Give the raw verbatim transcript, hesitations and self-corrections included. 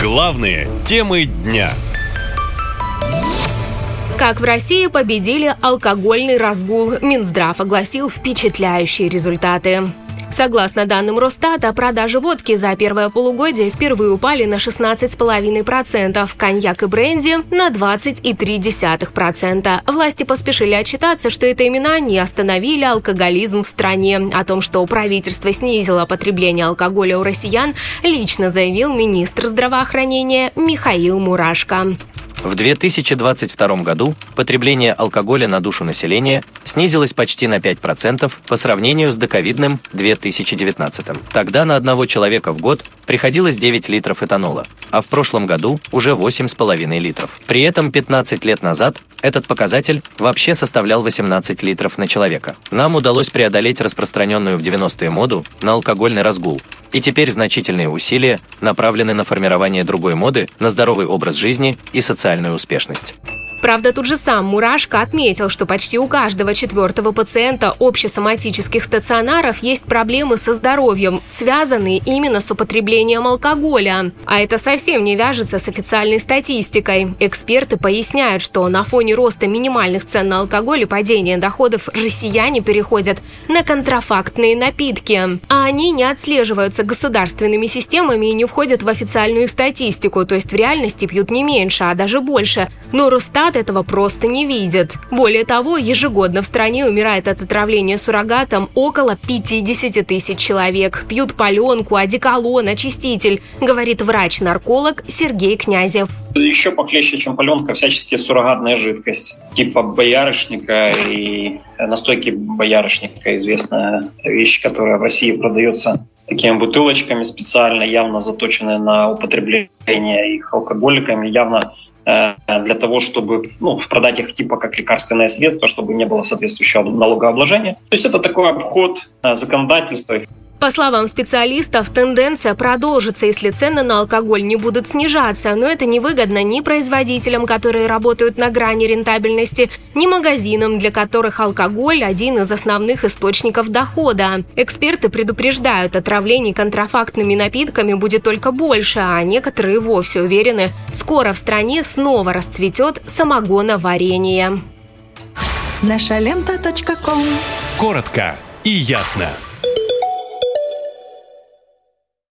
Главные темы дня. Как в России победили алкогольный разгул, Минздрав огласил впечатляющие результаты. Согласно данным Росстата, продажи водки за первое полугодие впервые упали на шестнадцать целых пять десятых процента, коньяк и бренди – на двадцать целых три десятых процента. Власти поспешили отчитаться, что это именно они остановили алкоголизм в стране. О том, что правительство снизило потребление алкоголя у россиян, лично заявил министр здравоохранения Михаил Мурашко. В две тысячи двадцать втором году потребление алкоголя на душу населения снизилось почти на пять процентов по сравнению с доковидным две тысячи девятнадцатым. Тогда на одного человека в год приходилось девять литров этанола, а в прошлом году уже восемь с половиной литров. При этом пятнадцать лет назад этот показатель вообще составлял восемнадцать литров на человека. Нам удалось преодолеть распространенную в девяностые моду на алкогольный разгул. И теперь значительные усилия направлены на формирование другой моды, на здоровый образ жизни и социальную успешность. Правда, тут же сам Мурашко отметил, что почти у каждого четвертого пациента общесоматических стационаров есть проблемы со здоровьем, связанные именно с употреблением алкоголя. А это совсем не вяжется с официальной статистикой. Эксперты поясняют, что на фоне роста минимальных цен на алкоголь и падения доходов россияне переходят на контрафактные напитки. А они не отслеживаются государственными системами и не входят в официальную статистику, то есть в реальности пьют не меньше, а даже больше. Но Росстат этого просто не видит. Более того, ежегодно в стране умирает от отравления суррогатом около пятьдесят тысяч человек. Пьют паленку, одеколон, очиститель, говорит врач-нарколог Сергей Князев. Еще похлеще, чем паленка, всяческие суррогатная жидкость, типа боярышника и настойки боярышника, известная вещь, которая в России продается такими бутылочками специально, явно заточенные на употребление их алкоголиками, явно для того, чтобы ну, продать их типа как лекарственное средство, чтобы не было соответствующего налогообложения. То есть это такой обход законодательства. По словам специалистов, тенденция продолжится, если цены на алкоголь не будут снижаться, но это невыгодно ни производителям, которые работают на грани рентабельности, ни магазинам, для которых алкоголь – один из основных источников дохода. Эксперты предупреждают, отравлений контрафактными напитками будет только больше, а некоторые вовсе уверены, скоро в стране снова расцветет самогоноварение. наша лента точка ком. Коротко и ясно.